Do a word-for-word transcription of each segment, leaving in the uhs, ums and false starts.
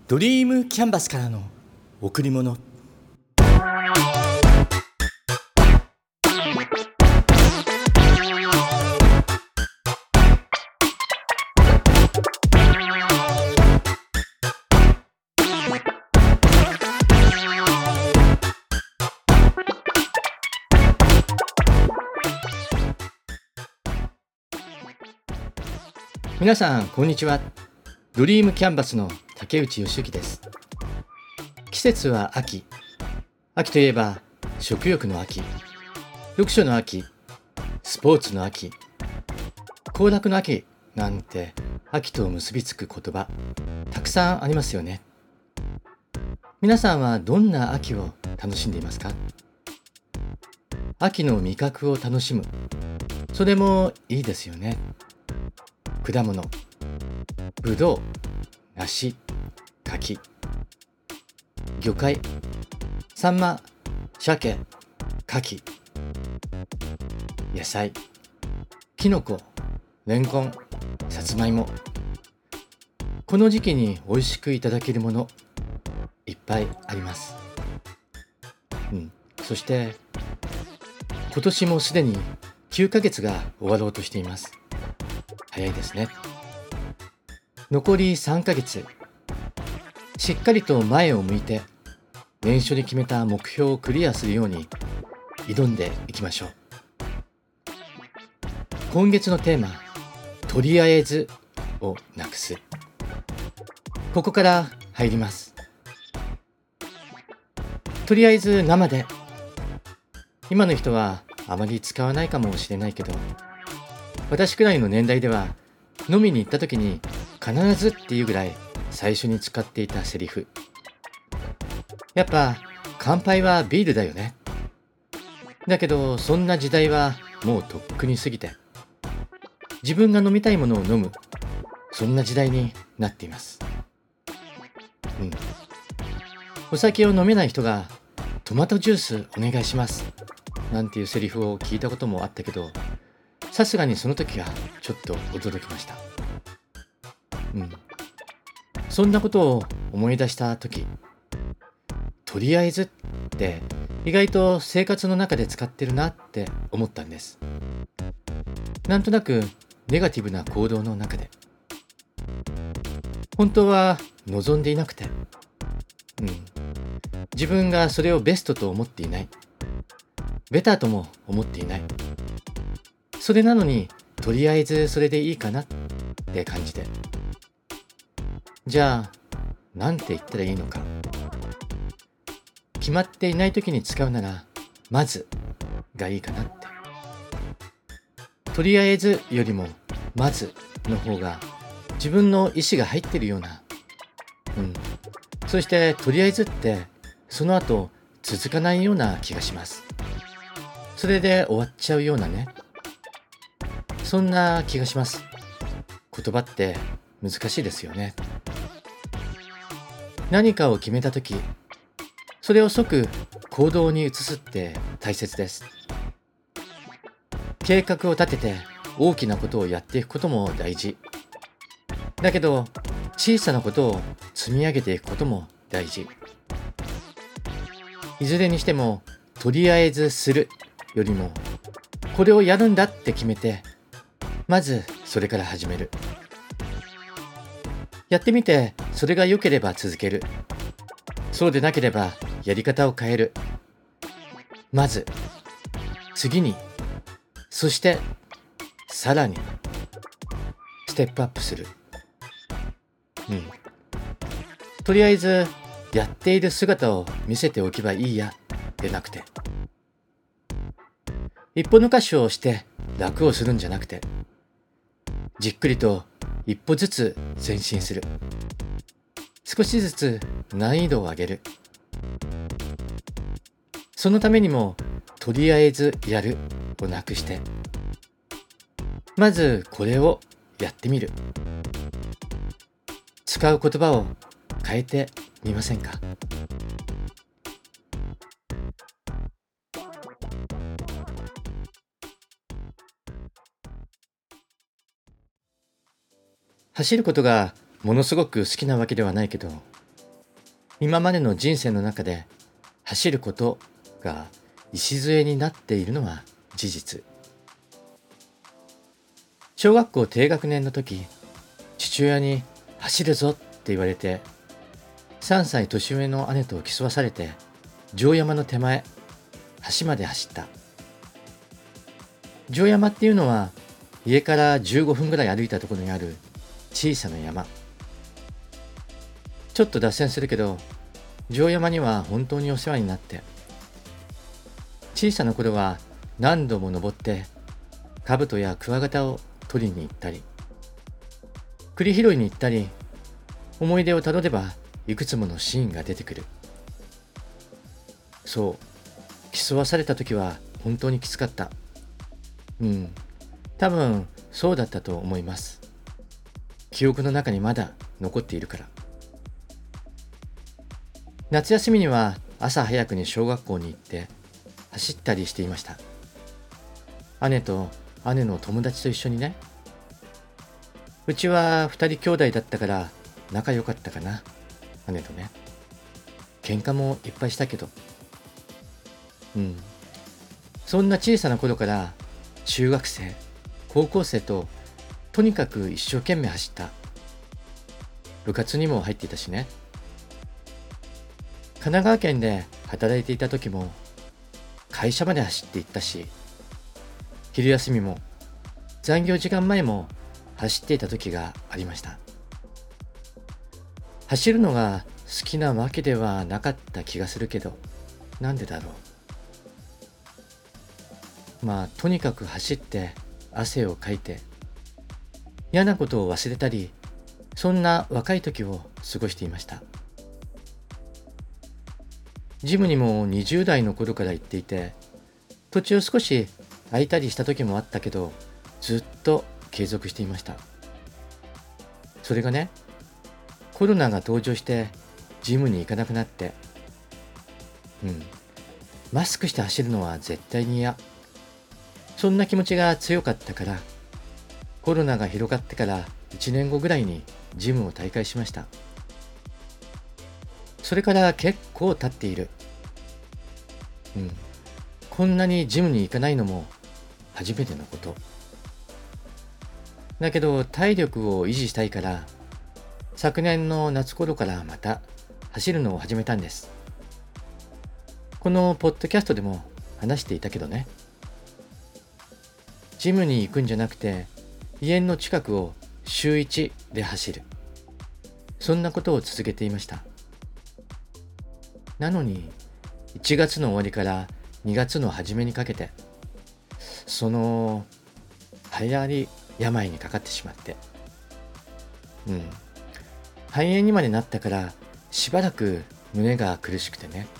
ドリームキャンバスからの贈り物。皆さんこんにちは。ドリームキャンバスの竹内義之です。季節は秋。秋といえば食欲の秋、読書の秋、スポーツの秋、行楽の秋なんて秋と結びつく言葉たくさんありますよね。皆さんはどんな秋を楽しんでいますか？秋の味覚を楽しむ、それもいいですよね。果物、ぶどう、梨、柿、魚介、サンマ、鮭、牡蠣、野菜、きのこ、レンコン、さつまいも。この時期に美味しくいただけるものいっぱいあります。うん、そして今年もすでにきゅうかげつが終わろうとしています。早いですね。残りさんかげつ、しっかりと前を向いて年初に決めた目標をクリアするように挑んでいきましょう。今月のテーマ、とりあえずをなくす。ここから入ります。とりあえず生で。今の人はあまり使わないかもしれないけど、私くらいの年代では飲みに行った時に必ずっていうぐらい最初に使っていたセリフ。やっぱ乾杯はビールだよね。だけどそんな時代はもうとっくに過ぎて、自分が飲みたいものを飲む、そんな時代になっています。うん。お酒を飲めない人がトマトジュースお願いしますなんていうセリフを聞いたこともあったけど、さすがにその時はちょっと驚きました。うん。そんなことを思い出した時、とりあえずって意外と生活の中で使ってるなって思ったんです。なんとなくネガティブな行動の中で。本当は望んでいなくて、うん。自分がそれをベストと思っていない。ベターとも思っていない。それなのにとりあえずそれでいいかなって感じで。じゃあなんて言ったらいいのか。決まっていない時に使うならまずがいいかなって。とりあえずよりもまずの方が自分の意思が入ってるような。うん。そしてとりあえずってその後続かないような気がします。それで終わっちゃうようなね。そんな気がします。言葉って難しいですよね。何かを決めたとき、それを即行動に移すって大切です。計画を立てて大きなことをやっていくことも大事。だけど小さなことを積み上げていくことも大事。いずれにしてもとりあえずするよりも、これをやるんだって決めて、まずそれから始める。やってみてそれが良ければ続ける。そうでなければやり方を変える。まず、次に、そしてさらにステップアップする。うん。とりあえずやっている姿を見せておけばいいやでなくて、一歩抜かしをして楽をするんじゃなくて、じっくりと一歩ずつ前進する。少しずつ難易度を上げる。そのためにもとりあえずやるをなくして、まずこれをやってみる。使う言葉を変えてみませんか？走ることがものすごく好きなわけではないけど、 今までの人生の中で走ることが礎になっているのは事実。小学校低学年の時、父親に走るぞって言われて、さんさい年上の姉と競わされて、城山の手前、橋まで走った。城山っていうのは、家からじゅうごふんぐらい歩いたところにある小さな山。ちょっと脱線するけど、城山には本当にお世話になって、小さな頃は何度も登って、兜やクワガタを取りに行ったり、栗拾いに行ったり、思い出をたどればいくつものシーンが出てくる。そう、競わされた時は本当にきつかった。うん、多分そうだったと思います。記憶の中にまだ残っているから。夏休みには朝早くに小学校に行って走ったりしていました。姉と姉の友達と一緒にね。うちは二人兄弟だったから仲良かったかな、姉とね。喧嘩もいっぱいしたけど。うん。そんな小さな頃から中学生、高校生ととにかく一生懸命走った。部活にも入っていたしね。神奈川県で働いていた時も会社まで走っていったし、昼休みも残業時間前も走っていた時がありました。走るのが好きなわけではなかった気がするけど、なんでだろう。まあとにかく走って汗をかいて嫌なことを忘れたり、そんな若い時を過ごしていました。ジムにもにじゅう代の頃から行っていて、途中少し空いたりした時もあったけど、ずっと継続していました。それがね、コロナが登場してジムに行かなくなって、うん、マスクして走るのは絶対に嫌。そんな気持ちが強かったから、コロナが広がってからいちねんごぐらいにジムを退会しました。それから結構経っている。うん。こんなにジムに行かないのも初めてのこと。だけど体力を維持したいから、昨年の夏頃からまた走るのを始めたんです。このポッドキャストでも話していたけどね。ジムに行くんじゃなくて、家の近くを週いちで走る。そんなことを続けていました。なのに、いちがつの終わりからにがつの初めにかけて、その、流行り病にかかってしまって。うん。肺炎にまでなったから、しばらく胸が苦しくてね。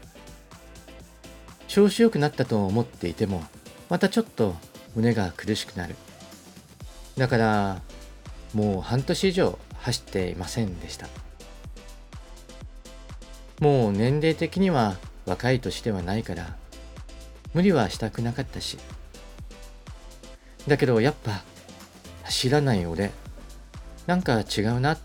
調子良くなったと思っていても、またちょっと胸が苦しくなる。だから、もう半年以上走っていませんでした。もう年齢的には若い年ではないから、無理はしたくなかったし。だけどやっぱ、走らない俺、なんか違うなって。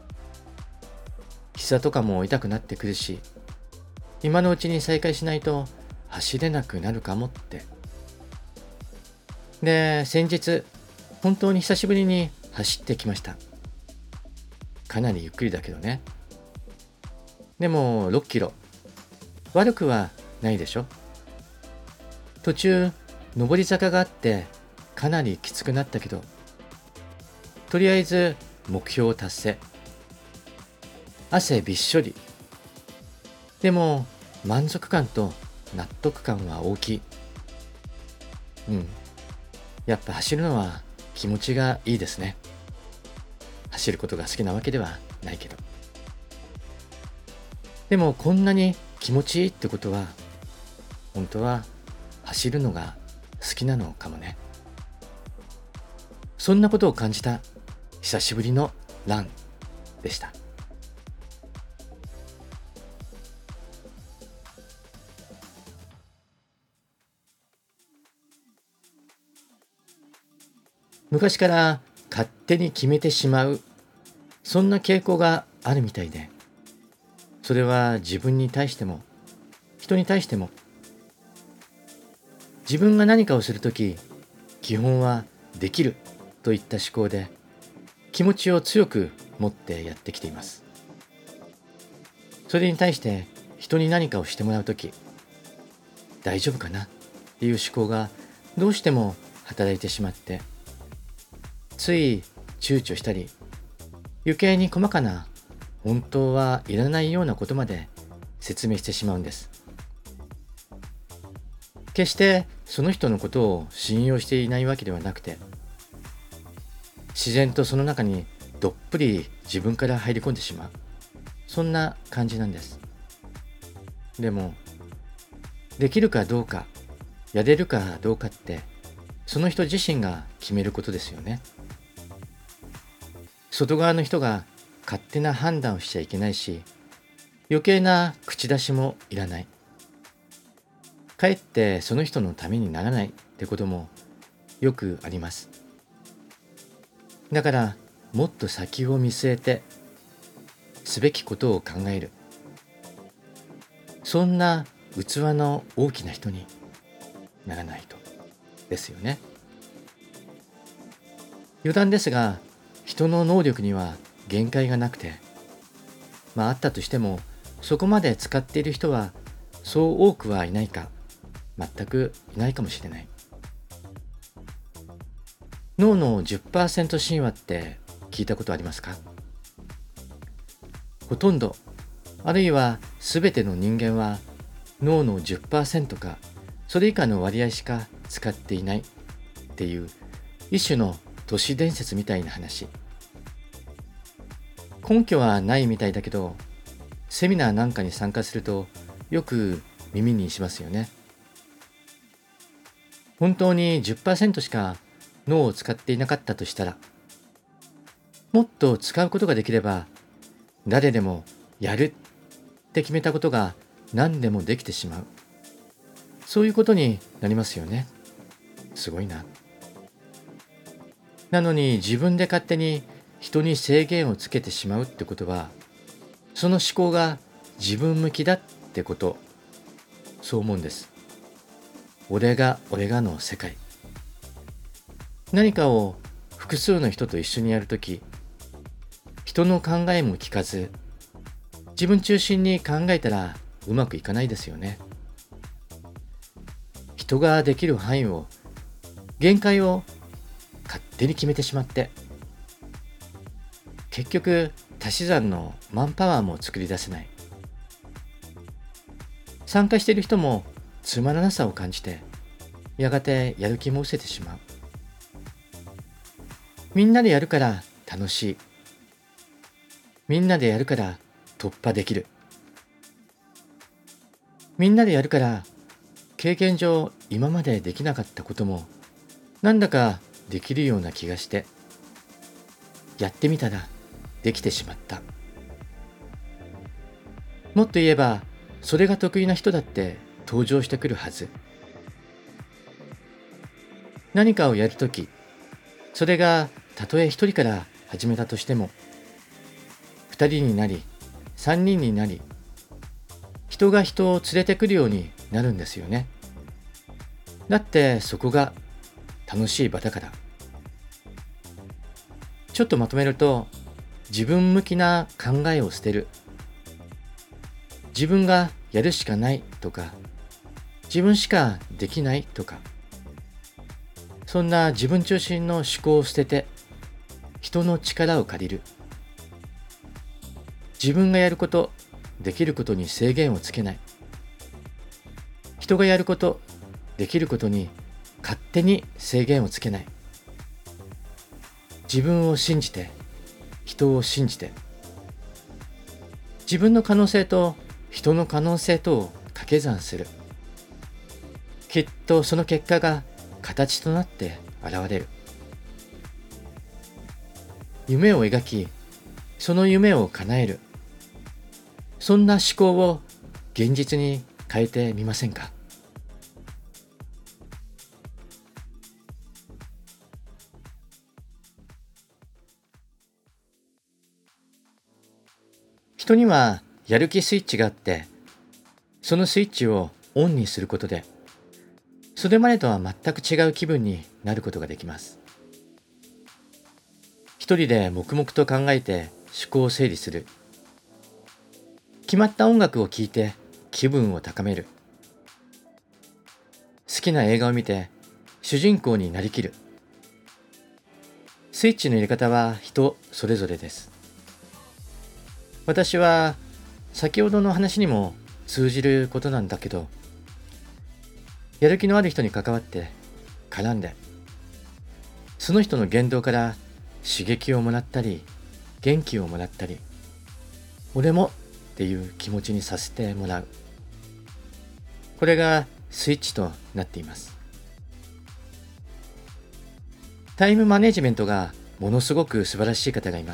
膝とかも痛くなってくるし、今のうちに再開しないと走れなくなるかもって。で、先日、本当に久しぶりに走ってきました。かなりゆっくりだけどね。でもろっキロ。悪くはないでしょ。途中、上り坂があってかなりきつくなったけど、とりあえず目標を達成。汗びっしょり。でも満足感と納得感は大きい。うん。やっぱ走るのは気持ちがいいですね。走ることが好きなわけではないけど。でもこんなに気持ちいいってことは、本当は走るのが好きなのかもね。そんなことを感じた久しぶりのランでした。昔から勝手に決めてしまう、そんな傾向があるみたいで、 それは自分に対しても人に対しても。自分が何かをするとき、基本はできるといった思考で気持ちを強く持ってやってきています。それに対して人に何かをしてもらうとき、大丈夫かなっていう思考がどうしても働いてしまって、つい躊躇したり、余計に細かな本当はいらないようなことまで説明してしまうんです。決してその人のことを信用していないわけではなくて、自然とその中にどっぷり自分から入り込んでしまう、そんな感じなんです。でもできるかどうか、やれるかどうかって、その人自身が決めることですよね。外側の人が勝手な判断をしちゃいけないし、余計な口出しもいらない。かえってその人のためにならないってこともよくあります。だからもっと先を見据えてすべきことを考える、そんな器の大きな人にならないとですよね。余談ですが、人の能力には限界がなくて、まああったとしてもそこまで使っている人はそう多くはいないか、全くいないかもしれない。脳の じゅっパーセント 神話って聞いたことありますか？ほとんど、あるいは全ての人間は脳の じゅっパーセント かそれ以下の割合しか使っていないっていう一種の都市伝説みたいな話。根拠はないみたいだけど、セミナーなんかに参加するとよく耳にしますよね。本当に じゅっパーセント しか脳を使っていなかったとしたら、もっと使うことができれば、誰でもやるって決めたことが何でもできてしまう。そういうことになりますよね。すごいな。なのに自分で勝手に人に制限をつけてしまうってことは、その思考が自分向きだってこと、そう思うんです。俺が俺がの世界。何かを複数の人と一緒にやるとき、人の考えも聞かず、自分中心に考えたらうまくいかないですよね。人ができる範囲を、限界を勝手に決めてしまって、結局足し算のマンパワーも作り出せない。参加している人もつまらなさを感じて、やがてやる気も失せてしまう。みんなでやるから楽しい。みんなでやるから突破できる。みんなでやるから経験上今までできなかったこともなんだかできるような気がして、やってみたらできてしまった。もっと言えば、それが得意な人だって登場してくるはず。何かをやるとき、それがたとえ一人から始めたとしても、二人になり、三人になり、人が人を連れてくるようになるんですよね。だってそこが楽しい場だから。ちょっとまとめると、自分向きな考えを捨てる。自分がやるしかないとか、自分しかできないとか、そんな自分中心の思考を捨てて、人の力を借りる。自分がやること、できることに制限をつけない。人がやること、できることに勝手に制限をつけない。自分を信じて、人を信じて、自分の可能性と人の可能性とを掛け算する。きっとその結果が形となって現れる。夢を描き、その夢を叶える。そんな思考を現実に変えてみませんか？人にはやる気スイッチがあって、そのスイッチをオンにすることで、それまでとは全く違う気分になることができます。一人で黙々と考えて思考を整理する。決まった音楽を聴いて気分を高める。好きな映画を見て主人公になりきる。スイッチの入れ方は人それぞれです。私は先ほどの話にも通じることなんだけど、やる気のある人に関わって絡んで、その人の言動から刺激をもらったり元気をもらったり、俺もっていう気持ちにさせてもらう。これがスイッチとなっています。タイムマネジメントがものすごく素晴らしい方がいます。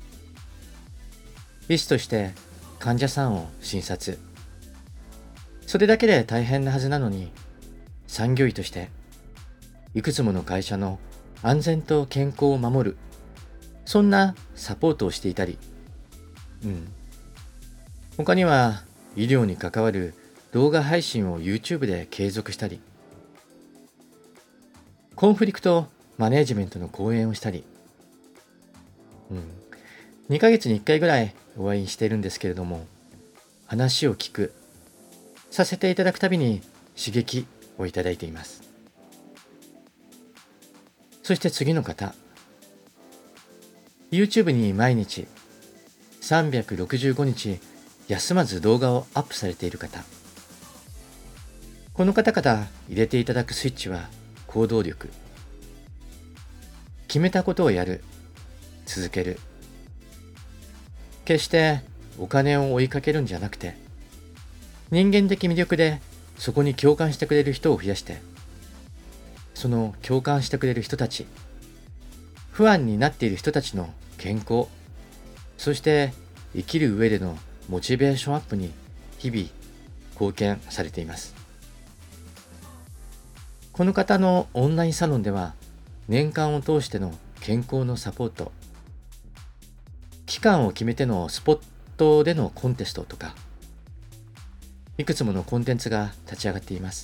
医師として患者さんを診察。それだけで大変なはずなのに、産業医としていくつもの会社の安全と健康を守る、そんなサポートをしていたり、うん。他には医療に関わる動画配信を YouTube で継続したり、コンフリクトマネージメントの講演をしたり、うん、にかげつにいっかいぐらいお会いしているんですけれども、話を聞く、させていただくたびに刺激をいただいています。そして次の方、YouTube に毎日さんびゃくろくじゅうごにち休まず動画をアップされている方。この方から入れていただくスイッチは行動力。決めたことをやる、続ける。決してお金を追いかけるんじゃなくて、人間的魅力でそこに共感してくれる人を増やして、その共感してくれる人たち、不安になっている人たちの健康、そして生きる上でのモチベーションアップに日々貢献されています。この方のオンラインサロンでは、年間を通しての健康のサポート、期間を決めてのスポットでのコンテストとか、いくつものコンテンツが立ち上がっています。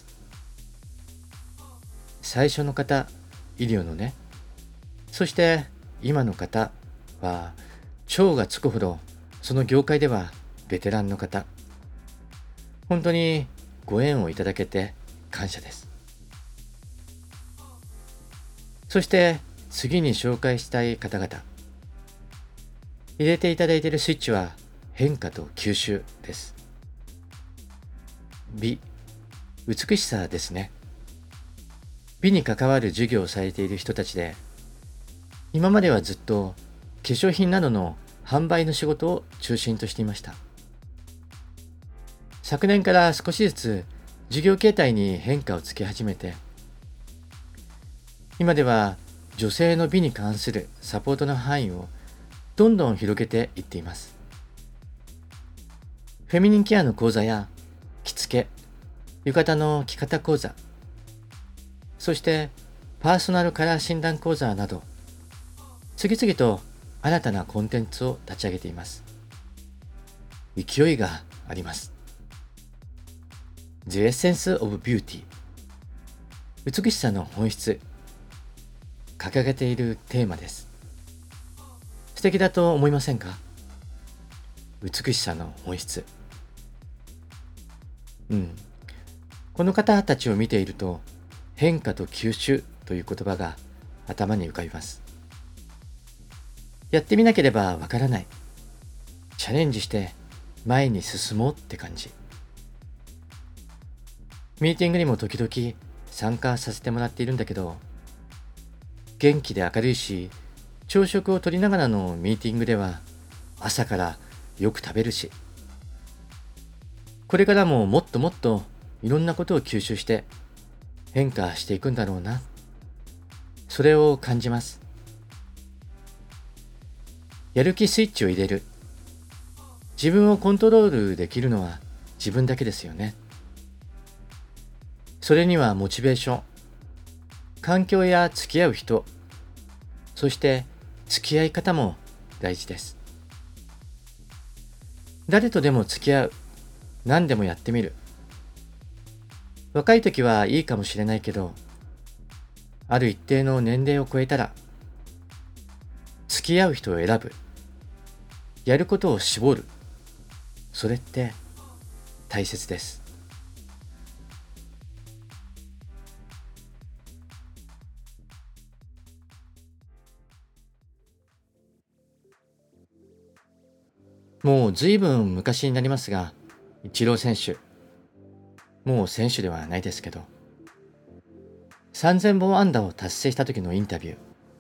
最初の方、医療のね、そして今の方は超がつくほどその業界ではベテランの方、本当にご縁をいただけて感謝です。そして次に紹介したい方々、入れていただいているスイッチは変化と吸収です。美、美しさですね。美に関わる授業をされている人たちで、今まではずっと化粧品などの販売の仕事を中心としていました。昨年から少しずつ事業形態に変化をつけ始めて、今では女性の美に関するサポートの範囲をどんどん広げていっています。フェミニンケアの講座や着付け、浴衣の着方講座、そしてパーソナルカラー診断講座など、次々と新たなコンテンツを立ち上げています。勢いがあります。The Essence of Beauty、 美しさの本質、掲げているテーマです。素敵だと思いませんか？美しさの本質。うん。この方たちを見ていると、変化と吸収という言葉が頭に浮かびます。やってみなければわからない。チャレンジして前に進もうって感じ。ミーティングにも時々参加させてもらっているんだけど、元気で明るいし、朝食をとりながらのミーティングでは朝からよく食べるし、これからももっともっといろんなことを吸収して変化していくんだろうな。それを感じます。やる気スイッチを入れる。自分をコントロールできるのは自分だけですよね。それにはモチベーション、環境や付き合う人、そして付き合い方も大事です。 誰とでも付き合う。何でもやってみる。若い時はいいかもしれないけど、ある一定の年齢を超えたら、付き合う人を選ぶ。やることを絞る。それって大切です。もう随分昔になりますが、イチロー選手、もう選手ではないですけど、さんぜんぼん安打を達成した時のインタビュー。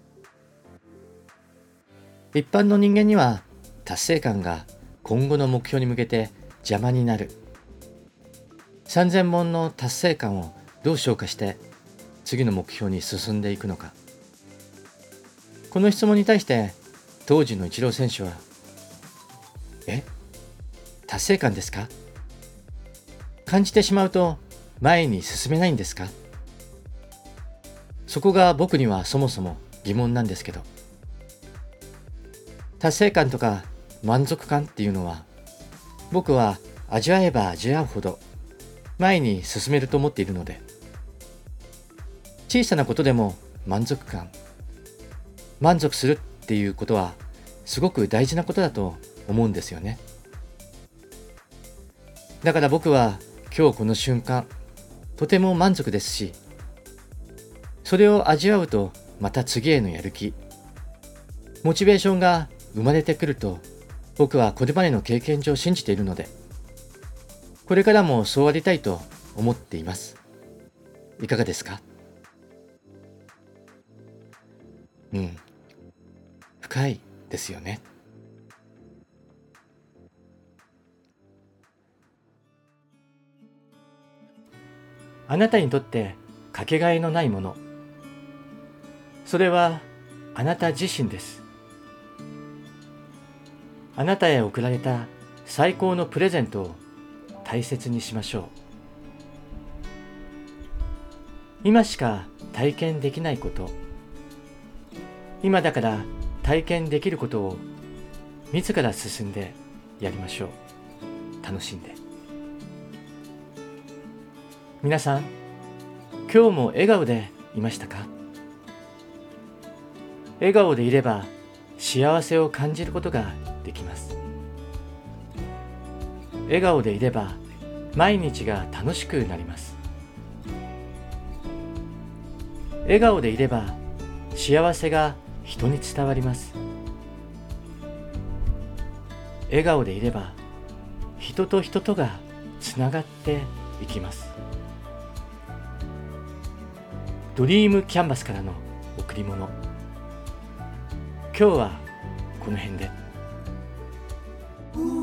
一般の人間には達成感が今後の目標に向けて邪魔になる。さんぜんぼんの達成感をどう消化して次の目標に進んでいくのか。この質問に対して当時のイチロー選手は、え達成感ですか、感じてしまうと前に進めないんですか。そこが僕にはそもそも疑問なんですけど、達成感とか満足感っていうのは、僕は味わえば味わうほど前に進めると思っているので、小さなことでも満足感、満足するっていうことはすごく大事なことだと思うんですよね。だから僕は今日この瞬間、とても満足ですし、それを味わうとまた次へのやる気、モチベーションが生まれてくると僕はこれまでの経験上信じているので、これからもそうありたいと思っています。いかがですか？うん、深いですよね。あなたにとってかけがえのないもの、それはあなた自身です。あなたへ贈られた最高のプレゼントを大切にしましょう。今しか体験できないこと、今だから体験できることを自ら進んでやりましょう。楽しんで。皆さん、今日も笑顔でいましたか？笑顔でいれば幸せを感じることができます。笑顔でいれば毎日が楽しくなります。笑顔でいれば幸せが人に伝わります。笑顔でいれば人と人とがつながっていきます。ドリームキャンバスからの贈り物、今日はこの辺で。